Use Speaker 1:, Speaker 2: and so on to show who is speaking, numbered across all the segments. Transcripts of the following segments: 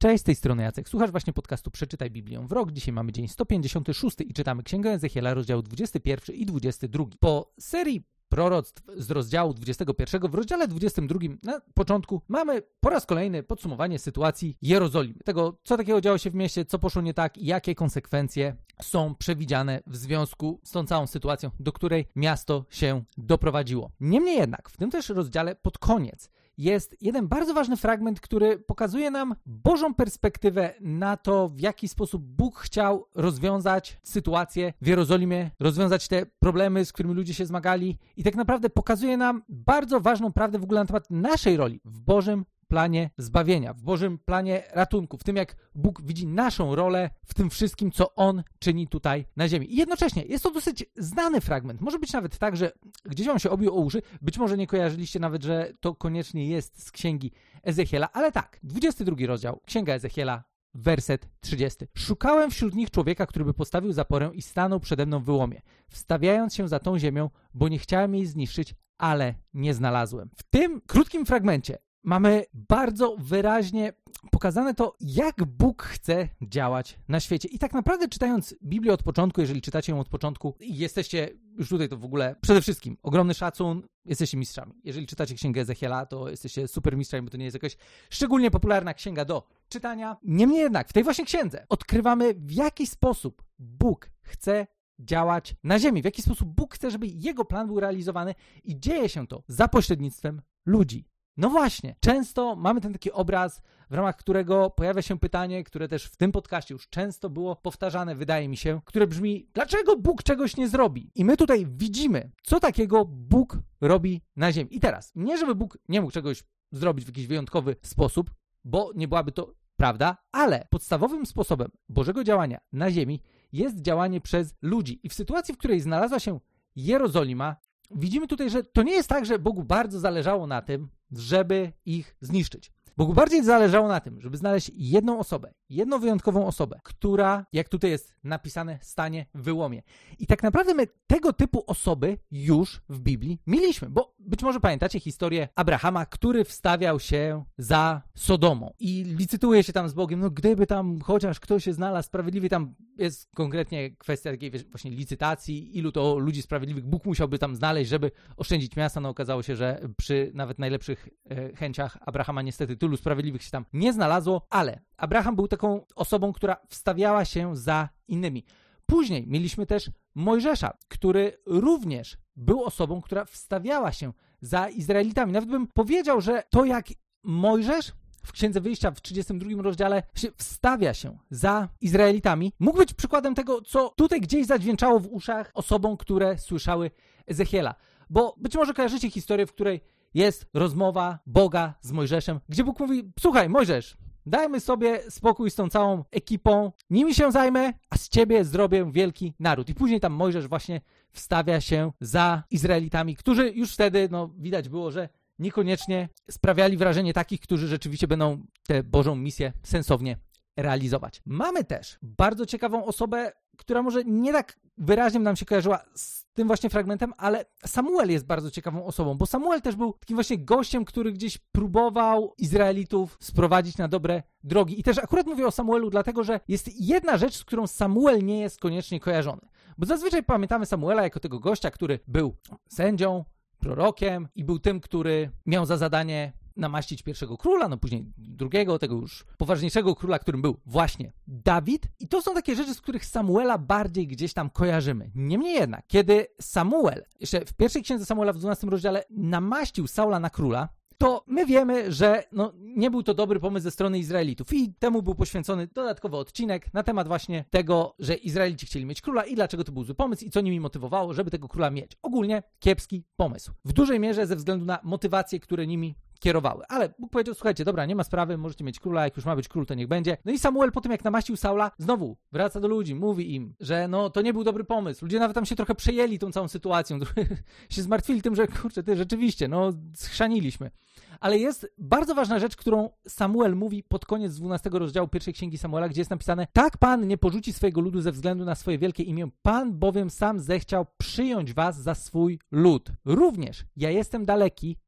Speaker 1: Cześć, z tej strony Jacek. Słuchasz właśnie podcastu Przeczytaj Biblię w rok. Dzisiaj mamy dzień 156 i czytamy Księgę Ezechiela, rozdział 21 i 22. Po serii proroctw z rozdziału 21 w rozdziale 22 na początku mamy po raz kolejny podsumowanie sytuacji Jerozolimy. Tego, co takiego działo się w mieście, co poszło nie tak i jakie konsekwencje są przewidziane w związku z tą całą sytuacją, do której miasto się doprowadziło. Niemniej jednak, w tym też rozdziale pod koniec jest jeden bardzo ważny fragment, który pokazuje nam Bożą perspektywę na to, w jaki sposób Bóg chciał rozwiązać sytuację w Jerozolimie, rozwiązać te problemy, z którymi ludzie się zmagali i tak naprawdę pokazuje nam bardzo ważną prawdę w ogóle na temat naszej roli w Bożym planie zbawienia, w Bożym planie ratunku, w tym jak Bóg widzi naszą rolę w tym wszystkim, co On czyni tutaj na ziemi. I jednocześnie jest to dosyć znany fragment. Może być nawet tak, że gdzieś wam się obił o uszy, być może nie kojarzyliście nawet, że to koniecznie jest z Księgi Ezechiela, ale tak, 22 rozdział, Księga Ezechiela, werset 30. Szukałem wśród nich człowieka, który by postawił zaporę i stanął przede mną w wyłomie, wstawiając się za tą ziemią, bo nie chciałem jej zniszczyć, ale nie znalazłem. W tym krótkim fragmencie mamy bardzo wyraźnie pokazane to, jak Bóg chce działać na świecie. I tak naprawdę czytając Biblię od początku, jeżeli czytacie ją od początku i jesteście już tutaj, to w ogóle przede wszystkim ogromny szacun, jesteście mistrzami. Jeżeli czytacie Księgę Ezechiela, to jesteście super mistrzami, bo to nie jest jakaś szczególnie popularna księga do czytania. Niemniej jednak w tej właśnie księdze odkrywamy, w jaki sposób Bóg chce działać na ziemi, w jaki sposób Bóg chce, żeby Jego plan był realizowany i dzieje się to za pośrednictwem ludzi. No właśnie, często mamy ten taki obraz, w ramach którego pojawia się pytanie, które też w tym podcaście już często było powtarzane, wydaje mi się, które brzmi, dlaczego Bóg czegoś nie zrobi? I my tutaj widzimy, co takiego Bóg robi na ziemi. I teraz, nie żeby Bóg nie mógł czegoś zrobić w jakiś wyjątkowy sposób, bo nie byłaby to prawda, ale podstawowym sposobem Bożego działania na ziemi jest działanie przez ludzi. I w sytuacji, w której znalazła się Jerozolima, widzimy tutaj, że to nie jest tak, że Bogu bardzo zależało na tym, żeby ich zniszczyć. Bogu bardziej zależało na tym, żeby znaleźć jedną osobę, jedną wyjątkową osobę, która, jak tutaj jest napisane, stanie w wyłomie. I tak naprawdę my tego typu osoby już w Biblii mieliśmy, bo być może pamiętacie historię Abrahama, który wstawiał się za Sodomą i licytuje się tam z Bogiem, no gdyby tam chociaż ktoś się znalazł sprawiedliwy, tam jest konkretnie kwestia takiej właśnie licytacji, ilu to ludzi sprawiedliwych Bóg musiałby tam znaleźć, żeby oszczędzić miasta. No okazało się, że przy nawet najlepszych chęciach Abrahama niestety tylu sprawiedliwych się tam nie znalazło, ale Abraham był taką osobą, która wstawiała się za innymi. Później mieliśmy też Mojżesza, który również był osobą, która wstawiała się za Izraelitami. Nawet bym powiedział, że to jak Mojżesz w Księdze Wyjścia w 32 rozdziale wstawia się za Izraelitami, mógł być przykładem tego, co tutaj gdzieś zadźwięczało w uszach osobom, które słyszały Ezechiela. Bo być może kojarzycie historię, w której jest rozmowa Boga z Mojżeszem, gdzie Bóg mówi, słuchaj Mojżesz, dajmy sobie spokój z tą całą ekipą, nimi się zajmę, a z ciebie zrobię wielki naród. I później tam Mojżesz właśnie wstawia się za Izraelitami, którzy już wtedy, widać było, że niekoniecznie sprawiali wrażenie takich, którzy rzeczywiście będą tę Bożą misję sensownie realizować. Mamy też bardzo ciekawą osobę, która może nie tak wyraźnie nam się kojarzyła z tym właśnie fragmentem, ale Samuel jest bardzo ciekawą osobą, bo Samuel też był takim właśnie gościem, który gdzieś próbował Izraelitów sprowadzić na dobre drogi. I też akurat mówię o Samuelu dlatego, że jest jedna rzecz, z którą Samuel nie jest koniecznie kojarzony. Bo zazwyczaj pamiętamy Samuela jako tego gościa, który był sędzią, prorokiem i był tym, który miał za zadanie namaścić pierwszego króla, później drugiego, tego już poważniejszego króla, którym był właśnie Dawid. I to są takie rzeczy, z których Samuela bardziej gdzieś tam kojarzymy. Niemniej jednak, kiedy Samuel, jeszcze w pierwszej księdze Samuela w 12 rozdziale namaścił Saula na króla, to my wiemy, że nie był to dobry pomysł ze strony Izraelitów i temu był poświęcony dodatkowy odcinek na temat właśnie tego, że Izraelici chcieli mieć króla i dlaczego to był zły pomysł i co nimi motywowało, żeby tego króla mieć. Ogólnie kiepski pomysł. W dużej mierze ze względu na motywacje, które nimi kierowały. Ale Bóg powiedział, słuchajcie, dobra, nie ma sprawy, możecie mieć króla, jak już ma być król, to niech będzie. No i Samuel po tym, jak namaścił Saula, znowu wraca do ludzi, mówi im, że to nie był dobry pomysł. Ludzie nawet tam się trochę przejęli tą całą sytuacją, trochę się zmartwili tym, że kurczę, rzeczywiście, schrzaniliśmy. Ale jest bardzo ważna rzecz, którą Samuel mówi pod koniec 12 rozdziału pierwszej księgi Samuela, gdzie jest napisane: tak Pan nie porzuci swojego ludu ze względu na swoje wielkie imię, Pan bowiem sam zechciał przyjąć was za swój lud. Również ja jestem daleki,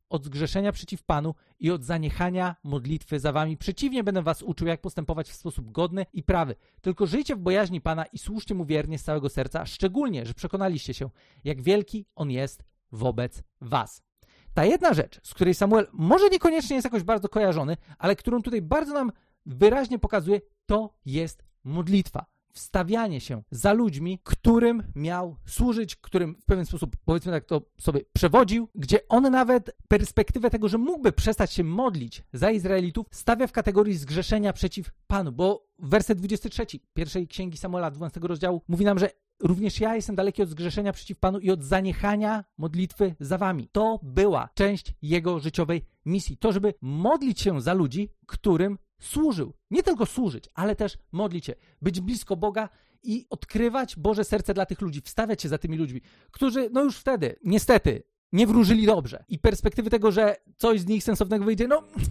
Speaker 1: od zgrzeszenia przeciw Panu i od zaniechania modlitwy za wami. Przeciwnie będę was uczył, jak postępować w sposób godny i prawy. Tylko żyjcie w bojaźni Pana i służcie Mu wiernie z całego serca, szczególnie, że przekonaliście się, jak wielki On jest wobec was. Ta jedna rzecz, z której Samuel może niekoniecznie jest jakoś bardzo kojarzony, ale którą tutaj bardzo nam wyraźnie pokazuje, to jest modlitwa. Wstawianie się za ludźmi, którym miał służyć, którym w pewien sposób, powiedzmy tak, to sobie przewodził, gdzie on nawet perspektywę tego, że mógłby przestać się modlić za Izraelitów, stawia w kategorii zgrzeszenia przeciw Panu, bo werset 23 pierwszej księgi Samuela 12 rozdziału mówi nam, że również ja jestem daleki od zgrzeszenia przeciw Panu i od zaniechania modlitwy za wami. To była część jego życiowej misji. To, żeby modlić się za ludzi, którym służył. Nie tylko służyć, ale też modlić się, być blisko Boga i odkrywać Boże serce dla tych ludzi, wstawiać się za tymi ludźmi, którzy już wtedy, niestety, nie wróżyli dobrze. I perspektywy tego, że coś z nich sensownego wyjdzie,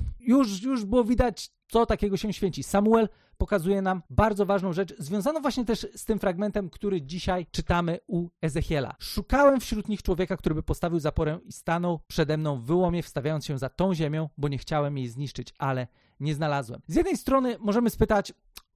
Speaker 1: już było widać, co takiego się święci. Samuel pokazuje nam bardzo ważną rzecz, związaną właśnie też z tym fragmentem, który dzisiaj czytamy u Ezechiela. Szukałem wśród nich człowieka, który by postawił zaporę i stanął przede mną w wyłomie, wstawiając się za tą ziemią, bo nie chciałem jej zniszczyć, ale nie znalazłem. Z jednej strony możemy spytać,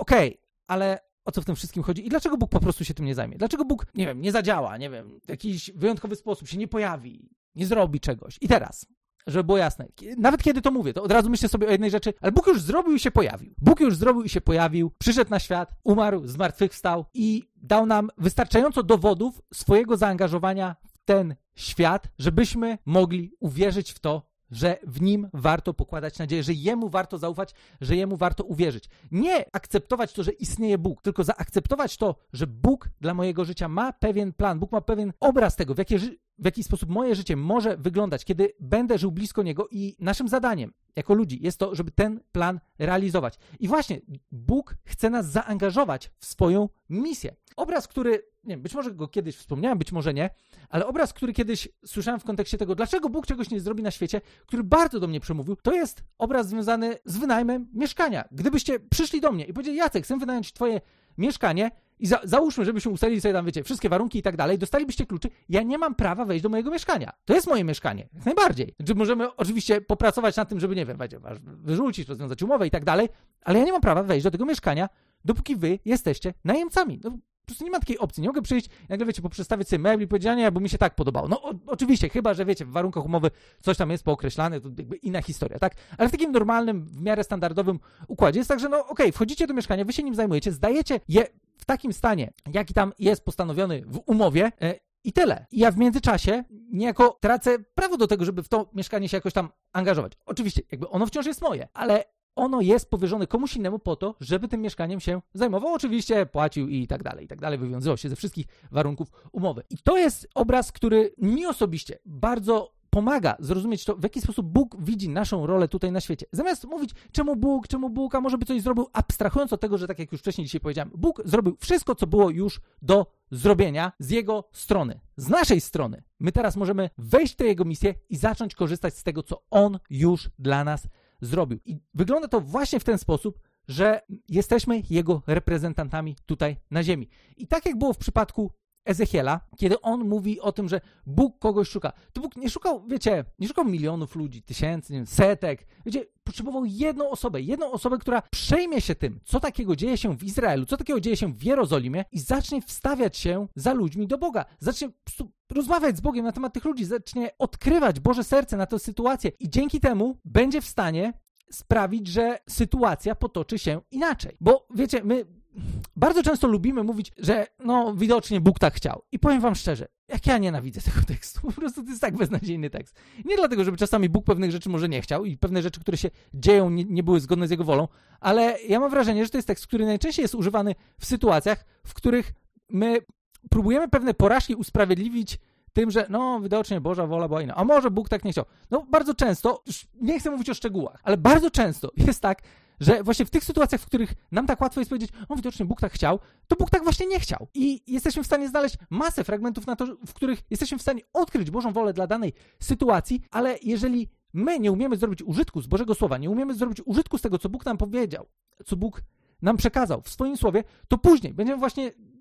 Speaker 1: ale o co w tym wszystkim chodzi i dlaczego Bóg po prostu się tym nie zajmie? Dlaczego Bóg, nie zadziała, w jakiś wyjątkowy sposób się nie pojawi, nie zrobi czegoś? I teraz, żeby było jasne, nawet kiedy to mówię, to od razu myślę sobie o jednej rzeczy, ale Bóg już zrobił i się pojawił. Bóg już zrobił i się pojawił, przyszedł na świat, umarł, zmartwychwstał i dał nam wystarczająco dowodów swojego zaangażowania w ten świat, żebyśmy mogli uwierzyć w to, że w Nim warto pokładać nadzieję, że Jemu warto zaufać, że Jemu warto uwierzyć. Nie akceptować to, że istnieje Bóg, tylko zaakceptować to, że Bóg dla mojego życia ma pewien plan, Bóg ma pewien obraz tego, w jaki sposób moje życie może wyglądać, kiedy będę żył blisko Niego i naszym zadaniem jako ludzi jest to, żeby ten plan realizować. I właśnie Bóg chce nas zaangażować w swoją misję. Obraz, który, być może go kiedyś wspomniałem, być może nie, ale obraz, który kiedyś słyszałem w kontekście tego, dlaczego Bóg czegoś nie zrobi na świecie, który bardzo do mnie przemówił, to jest obraz związany z wynajmem mieszkania. Gdybyście przyszli do mnie i powiedzieli, Jacek, chcę wynająć twoje mieszkanie i załóżmy, żebyśmy ustalili sobie tam, wszystkie warunki i tak dalej, dostalibyście kluczy, ja nie mam prawa wejść do mojego mieszkania. To jest moje mieszkanie, jak najbardziej. Możemy oczywiście popracować nad tym, żeby, wyrzucić, rozwiązać umowę i tak dalej, ale ja nie mam prawa wejść do tego mieszkania, dopóki wy jesteście najemcami. Po prostu nie ma takiej opcji. Nie mogę przyjść i nagle, poprzestawiać sobie mebli i powiedzieć, nie, bo mi się tak podobało. Oczywiście, chyba, że w warunkach umowy coś tam jest pookreślane, to jakby inna historia, tak? Ale w takim normalnym, w miarę standardowym układzie jest tak, że wchodzicie do mieszkania, wy się nim zajmujecie, zdajecie je w takim stanie, jaki tam jest postanowiony w umowie i tyle. I ja w międzyczasie niejako tracę prawo do tego, żeby w to mieszkanie się jakoś tam angażować. Oczywiście, ono wciąż jest moje, ale ono jest powierzone komuś innemu po to, żeby tym mieszkaniem się zajmował, oczywiście płacił i tak dalej, wywiązywał się ze wszystkich warunków umowy. I to jest obraz, który mi osobiście bardzo pomaga zrozumieć to, w jaki sposób Bóg widzi naszą rolę tutaj na świecie. Zamiast mówić, czemu Bóg, a może by coś zrobił, abstrahując od tego, że tak jak już wcześniej dzisiaj powiedziałem, Bóg zrobił wszystko, co było już do zrobienia z Jego strony, z naszej strony. My teraz możemy wejść w tę Jego misję i zacząć korzystać z tego, co On już dla nas zrobił. I wygląda to właśnie w ten sposób, że jesteśmy Jego reprezentantami tutaj na ziemi. I tak jak było w przypadku Ezechiela, kiedy on mówi o tym, że Bóg kogoś szuka, to Bóg nie szukał, nie szukał milionów ludzi, tysięcy, setek. Potrzebował jedną osobę, która przejmie się tym, co takiego dzieje się w Izraelu, co takiego dzieje się w Jerozolimie i zacznie wstawiać się za ludźmi do Boga. Zacznie rozmawiać z Bogiem na temat tych ludzi, zacznie odkrywać Boże serce na tę sytuację i dzięki temu będzie w stanie sprawić, że sytuacja potoczy się inaczej. Bo my bardzo często lubimy mówić, że widocznie Bóg tak chciał. I powiem wam szczerze, jak ja nienawidzę tego tekstu. Po prostu to jest tak beznadziejny tekst. Nie dlatego, żeby czasami Bóg pewnych rzeczy może nie chciał i pewne rzeczy, które się dzieją, nie były zgodne z Jego wolą, ale ja mam wrażenie, że to jest tekst, który najczęściej jest używany w sytuacjach, w których my próbujemy pewne porażki usprawiedliwić tym, że widocznie Boża wola była inna. A może Bóg tak nie chciał. Bardzo często, już nie chcę mówić o szczegółach, ale bardzo często jest tak, że właśnie w tych sytuacjach, w których nam tak łatwo jest powiedzieć, widocznie Bóg tak chciał, to Bóg tak właśnie nie chciał. I jesteśmy w stanie znaleźć masę fragmentów na to, w których jesteśmy w stanie odkryć Bożą wolę dla danej sytuacji, ale jeżeli my nie umiemy zrobić użytku z Bożego Słowa, nie umiemy zrobić użytku z tego, co Bóg nam powiedział, co Bóg nam przekazał w swoim Słowie, to później będziemy właśnie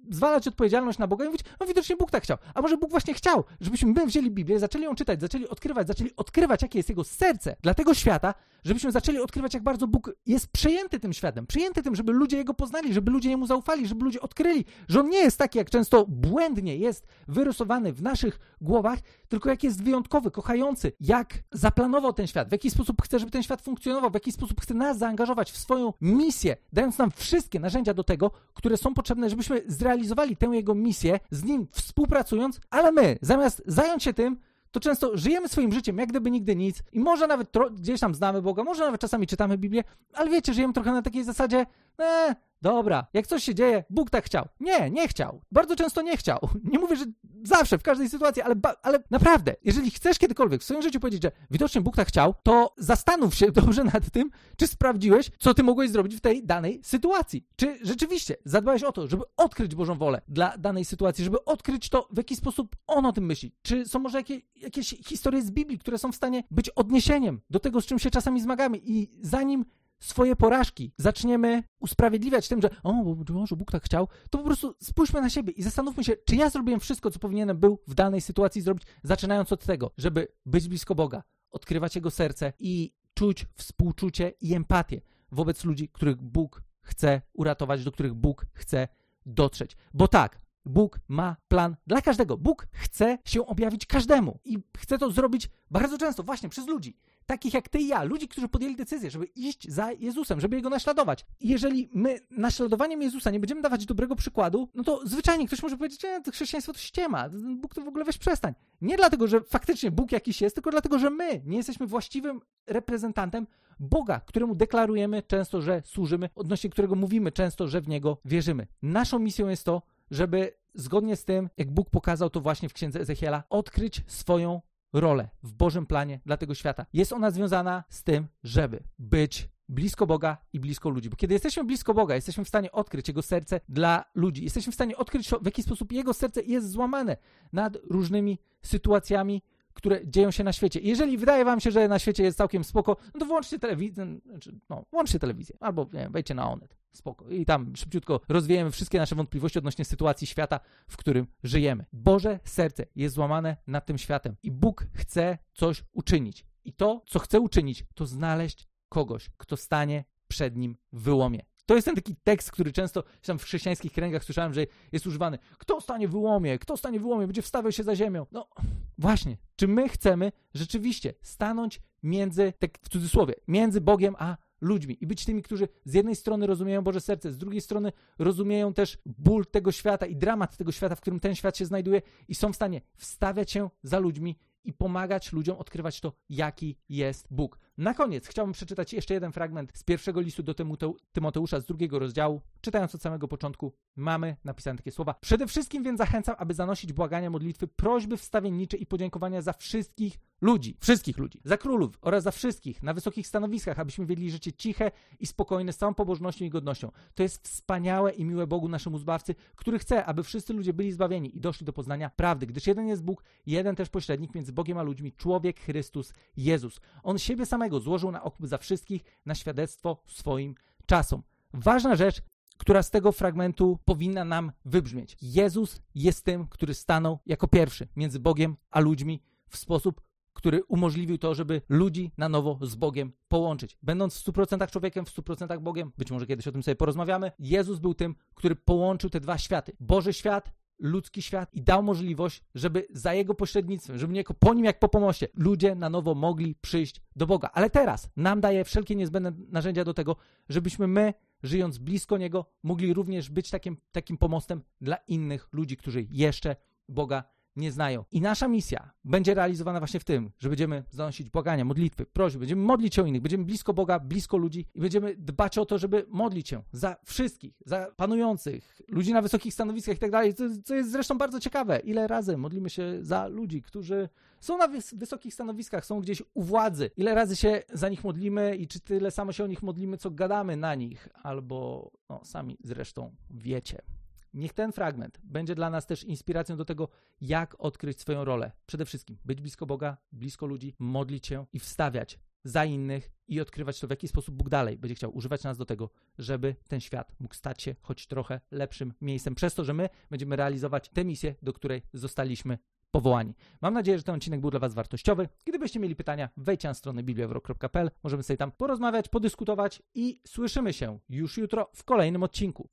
Speaker 1: zwalać odpowiedzialność na Boga i mówić, no widocznie Bóg tak chciał. A może Bóg właśnie chciał, żebyśmy my wzięli Biblię, zaczęli ją czytać, zaczęli odkrywać, jakie jest Jego serce dla tego świata, żebyśmy zaczęli odkrywać, jak bardzo Bóg jest przejęty tym światem, przejęty tym, żeby ludzie Jego poznali, żeby ludzie Jemu zaufali, żeby ludzie odkryli, że On nie jest taki, jak często błędnie jest wyrysowany w naszych głowach, tylko jak jest wyjątkowy, kochający, jak zaplanował ten świat, w jaki sposób chce, żeby ten świat funkcjonował, w jaki sposób chce nas zaangażować w swoją misję, dając nam wszystkie narzędzia do tego, które są potrzebne, żebyśmy zrealizowali tę Jego misję, z Nim współpracując, ale my, zamiast zająć się tym, to często żyjemy swoim życiem, jak gdyby nigdy nic i może nawet gdzieś tam znamy Boga, może nawet czasami czytamy Biblię, ale wiecie, żyjemy trochę na takiej zasadzie, dobra, jak coś się dzieje, Bóg tak chciał. Nie chciał. Bardzo często nie chciał. Nie mówię, że zawsze, w każdej sytuacji, ale naprawdę, jeżeli chcesz kiedykolwiek w swoim życiu powiedzieć, że widocznie Bóg tak chciał, to zastanów się dobrze nad tym, czy sprawdziłeś, co ty mogłeś zrobić w tej danej sytuacji. Czy rzeczywiście zadbałeś o to, żeby odkryć Bożą wolę dla danej sytuacji, żeby odkryć to, w jaki sposób On o tym myśli. Czy są może jakieś historie z Biblii, które są w stanie być odniesieniem do tego, z czym się czasami zmagamy i zanim swoje porażki zaczniemy usprawiedliwiać tym, że może Bóg tak chciał, to po prostu spójrzmy na siebie i zastanówmy się, czy ja zrobiłem wszystko, co powinienem był w danej sytuacji zrobić, zaczynając od tego, żeby być blisko Boga, odkrywać Jego serce i czuć współczucie i empatię wobec ludzi, których Bóg chce uratować, do których Bóg chce dotrzeć. Bo tak, Bóg ma plan dla każdego. Bóg chce się objawić każdemu i chce to zrobić bardzo często właśnie przez ludzi, takich jak ty i ja, ludzi, którzy podjęli decyzję, żeby iść za Jezusem, żeby Jego naśladować. I jeżeli my naśladowaniem Jezusa nie będziemy dawać dobrego przykładu, no to zwyczajnie ktoś może powiedzieć, to chrześcijaństwo to ściema, Bóg to w ogóle weź przestań. Nie dlatego, że faktycznie Bóg jakiś jest, tylko dlatego, że my nie jesteśmy właściwym reprezentantem Boga, któremu deklarujemy często, że służymy, odnośnie którego mówimy często, że w Niego wierzymy. Naszą misją jest to, żeby zgodnie z tym, jak Bóg pokazał to właśnie w księdze Ezechiela, odkryć swoją rolę w Bożym planie dla tego świata. Jest ona związana z tym, żeby być blisko Boga i blisko ludzi. Bo kiedy jesteśmy blisko Boga, jesteśmy w stanie odkryć Jego serce dla ludzi. Jesteśmy w stanie odkryć, w jaki sposób Jego serce jest złamane nad różnymi sytuacjami, które dzieją się na świecie. I jeżeli wydaje wam się, że na świecie jest całkiem spoko, no to włączcie telewizję, albo wejdźcie na Onet, spoko. I tam szybciutko rozwiejemy wszystkie nasze wątpliwości odnośnie sytuacji świata, w którym żyjemy. Boże serce jest złamane nad tym światem i Bóg chce coś uczynić. I to, co chce uczynić, to znaleźć kogoś, kto stanie przed Nim w wyłomie. To jest ten taki tekst, który często tam w chrześcijańskich kręgach słyszałem, że jest używany. Kto stanie w wyłomie, będzie wstawiał się za ziemią. No właśnie, czy my chcemy rzeczywiście stanąć między, tak w cudzysłowie, między Bogiem a ludźmi i być tymi, którzy z jednej strony rozumieją Boże serce, z drugiej strony rozumieją też ból tego świata i dramat tego świata, w którym ten świat się znajduje i są w stanie wstawiać się za ludźmi i pomagać ludziom odkrywać to, jaki jest Bóg. Na koniec chciałbym przeczytać jeszcze jeden fragment z pierwszego listu do Tymoteusza z 2 rozdziału. Czytając od samego początku, mamy napisane takie słowa. Przede wszystkim więc zachęcam, aby zanosić błagania, modlitwy, prośby wstawiennicze i podziękowania za wszystkich ludzi, za królów oraz za wszystkich na wysokich stanowiskach, abyśmy wiedli życie ciche i spokojne z całą pobożnością i godnością. To jest wspaniałe i miłe Bogu naszemu Zbawcy, który chce, aby wszyscy ludzie byli zbawieni i doszli do poznania prawdy, gdyż jeden jest Bóg, jeden też pośrednik między Bogiem a ludźmi, człowiek Chrystus Jezus. On siebie samego złożył na okup za wszystkich na świadectwo swoim czasom. Ważna rzecz, która z tego fragmentu powinna nam wybrzmieć. Jezus jest tym, który stanął jako pierwszy między Bogiem a ludźmi w sposób, który umożliwił to, żeby ludzi na nowo z Bogiem połączyć. Będąc w 100% człowiekiem, w 100% Bogiem, być może kiedyś o tym sobie porozmawiamy, Jezus był tym, który połączył te dwa światy. Boży świat, ludzki świat i dał możliwość, żeby za Jego pośrednictwem, żeby niejako po Nim jak po pomoście, ludzie na nowo mogli przyjść do Boga. Ale teraz nam daje wszelkie niezbędne narzędzia do tego, żebyśmy my, żyjąc blisko Niego, mogli również być takim pomostem dla innych ludzi, którzy jeszcze Boga nie znają. I nasza misja będzie realizowana właśnie w tym, że będziemy zanosić błagania, modlitwy, prośby, będziemy modlić się o innych, będziemy blisko Boga, blisko ludzi i będziemy dbać o to, żeby modlić się za wszystkich, za panujących, ludzi na wysokich stanowiskach i tak dalej, co jest zresztą bardzo ciekawe. Ile razy modlimy się za ludzi, którzy są na wysokich stanowiskach, są gdzieś u władzy. Ile razy się za nich modlimy i czy tyle samo się o nich modlimy, co gadamy na nich, albo sami zresztą wiecie. Niech ten fragment będzie dla nas też inspiracją do tego, jak odkryć swoją rolę. Przede wszystkim być blisko Boga, blisko ludzi, modlić się i wstawiać za innych i odkrywać to, w jaki sposób Bóg dalej będzie chciał używać nas do tego, żeby ten świat mógł stać się choć trochę lepszym miejscem, przez to, że my będziemy realizować tę misję, do której zostaliśmy powołani. Mam nadzieję, że ten odcinek był dla Was wartościowy. Gdybyście mieli pytania, wejdźcie na stronę bibliawrok.pl, możemy sobie tam porozmawiać, podyskutować i słyszymy się już jutro w kolejnym odcinku.